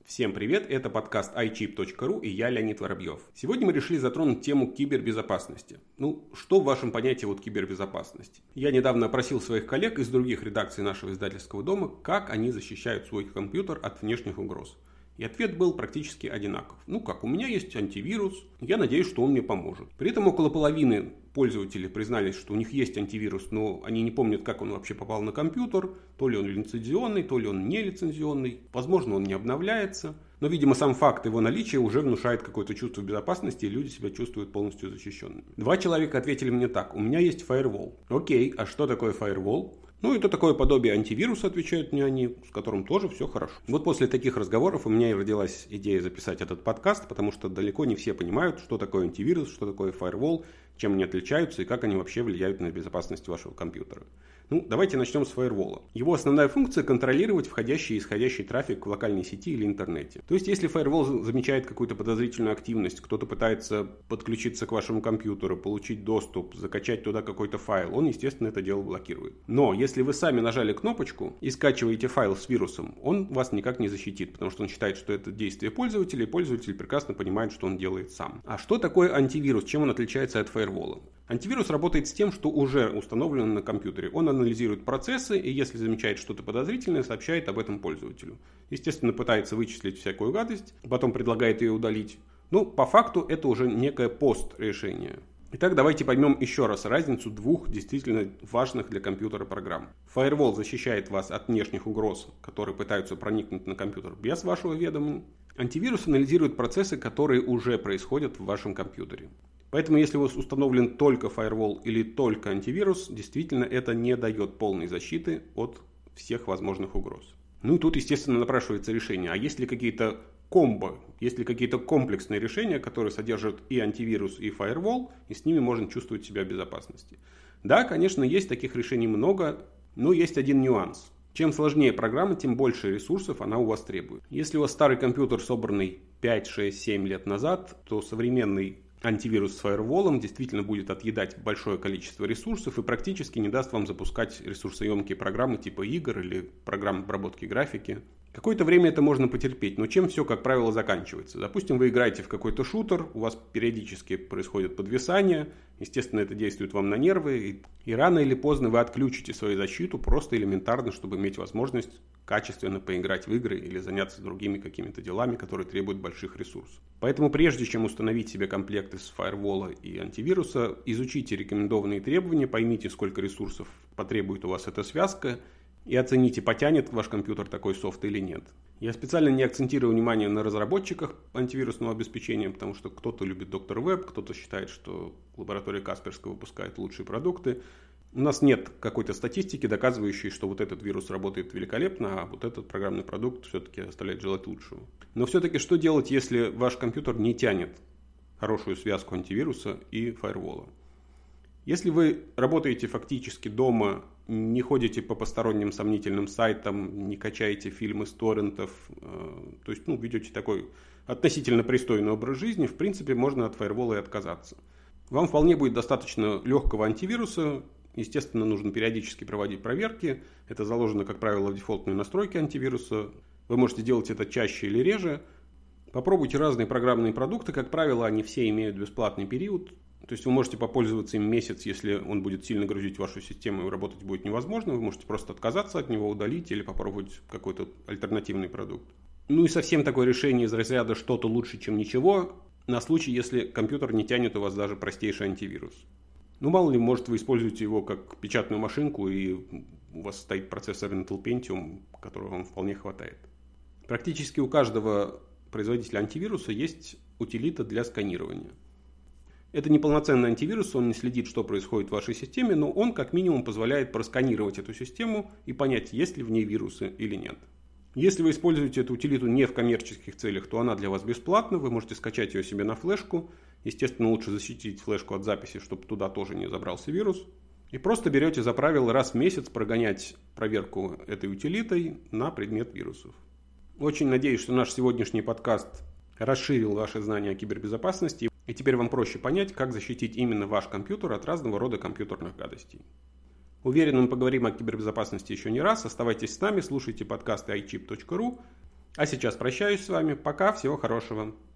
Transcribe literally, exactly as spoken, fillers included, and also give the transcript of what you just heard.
Всем привет, это подкаст ай чип точка ру и я Леонид Воробьев. Сегодня мы решили затронуть тему кибербезопасности. Ну, что в вашем понятии вот кибербезопасности? Я недавно опросил своих коллег из других редакций нашего издательского дома, как они защищают свой компьютер от внешних угроз. И ответ был практически одинаков. Ну как, у меня есть антивирус, я надеюсь, что он мне поможет. При этом около половины пользователей признались, что у них есть антивирус, но они не помнят, как он вообще попал на компьютер. То ли он лицензионный, то ли он не лицензионный. Возможно, он не обновляется. Но, видимо, сам факт его наличия уже внушает какое-то чувство безопасности, и люди себя чувствуют полностью защищенными. Два человека ответили мне так. У меня есть firewall. Окей, а что такое firewall? Ну, это такое подобие антивируса, отвечают мне они, с которым тоже все хорошо. Вот после таких разговоров у меня и родилась идея записать этот подкаст, потому что далеко не все понимают, что такое антивирус, что такое firewall, чем они отличаются и как они вообще влияют на безопасность вашего компьютера. Ну, давайте начнем с firewall. Его основная функция – контролировать входящий и исходящий трафик в локальной сети или интернете. То есть, если firewall замечает какую-то подозрительную активность, кто-то пытается подключиться к вашему компьютеру, получить доступ, закачать туда какой-то файл, он, естественно, это дело блокирует. Но если вы сами нажали кнопочку и скачиваете файл с вирусом, он вас никак не защитит, потому что он считает, что это действие пользователя, и пользователь прекрасно понимает, что он делает сам. А что такое антивирус? Чем он отличается от firewall? Антивирус работает с тем, что уже установлено на компьютере. Он анализирует процессы и, если замечает что-то подозрительное, сообщает об этом пользователю. Естественно, пытается вычислить всякую гадость, потом предлагает ее удалить. Ну, по факту, это уже некое пост-решение. Итак, давайте поймем еще раз разницу двух действительно важных для компьютера программ. Firewall защищает вас от внешних угроз, которые пытаются проникнуть на компьютер без вашего ведома. Антивирус анализирует процессы, которые уже происходят в вашем компьютере. Поэтому, если у вас установлен только firewall или только антивирус, действительно это не дает полной защиты от всех возможных угроз. Ну и тут, естественно, напрашивается решение. А есть ли какие-то комбо, есть ли какие-то комплексные решения, которые содержат и антивирус, и firewall, и с ними можно чувствовать себя в безопасности? Да, конечно, есть таких решений много, но есть один нюанс. Чем сложнее программа, тем больше ресурсов она у вас требует. Если у вас старый компьютер, собранный пять, шесть, семь лет назад, то современный антивирус с фаерволом действительно будет отъедать большое количество ресурсов и практически не даст вам запускать ресурсоемкие программы типа игр или программ обработки графики. Какое-то время это можно потерпеть, но чем все, как правило, заканчивается? Допустим, вы играете в какой-то шутер, у вас периодически происходит подвисание, естественно, это действует вам на нервы, и, и рано или поздно вы отключите свою защиту просто элементарно, чтобы иметь возможность качественно поиграть в игры или заняться другими какими-то делами, которые требуют больших ресурсов. Поэтому прежде чем установить себе комплект из фаервола и антивируса, изучите рекомендованные требования, поймите, сколько ресурсов потребует у вас эта связка, и оцените, потянет ваш компьютер такой софт или нет. Я специально не акцентирую внимание на разработчиках антивирусного обеспечения, потому что кто-то любит доктор Веб, кто-то считает, что лаборатория Касперского выпускает лучшие продукты. У нас нет какой-то статистики, доказывающей, что вот этот вирус работает великолепно, а вот этот программный продукт все-таки оставляет желать лучшего. Но все-таки что делать, если ваш компьютер не тянет хорошую связку антивируса и фаервола? Если вы работаете фактически дома, не ходите по посторонним сомнительным сайтам, не качаете фильмы с торрентов, э, то есть ну, ведете такой относительно пристойный образ жизни, в принципе, можно от фаервола и отказаться. Вам вполне будет достаточно легкого антивируса. Естественно, нужно периодически проводить проверки. Это заложено, как правило, в дефолтные настройки антивируса. Вы можете делать это чаще или реже. Попробуйте разные программные продукты. Как правило, они все имеют бесплатный период. То есть вы можете попользоваться им месяц, если он будет сильно грузить вашу систему и работать будет невозможно. Вы можете просто отказаться от него, удалить или попробовать какой-то альтернативный продукт. Ну и совсем такое решение из разряда «что-то лучше, чем ничего» на случай, если компьютер не тянет у вас даже простейший антивирус. Ну, мало ли, может, вы используете его как печатную машинку, и у вас стоит процессор Intel Pentium, которого вам вполне хватает. Практически у каждого производителя антивируса есть утилита для сканирования. Это не полноценный антивирус, он не следит, что происходит в вашей системе, но он как минимум позволяет просканировать эту систему и понять, есть ли в ней вирусы или нет. Если вы используете эту утилиту не в коммерческих целях, то она для вас бесплатна, вы можете скачать ее себе на флешку. Естественно, лучше защитить флешку от записи, чтобы туда тоже не забрался вирус. И просто берете за правило раз в месяц прогонять проверку этой утилитой на предмет вирусов. Очень надеюсь, что наш сегодняшний подкаст расширил ваши знания о кибербезопасности, и теперь вам проще понять, как защитить именно ваш компьютер от разного рода компьютерных гадостей. Уверен, мы поговорим о кибербезопасности еще не раз. Оставайтесь с нами, слушайте подкасты ай чип точка ру. А сейчас прощаюсь с вами. Пока, всего хорошего.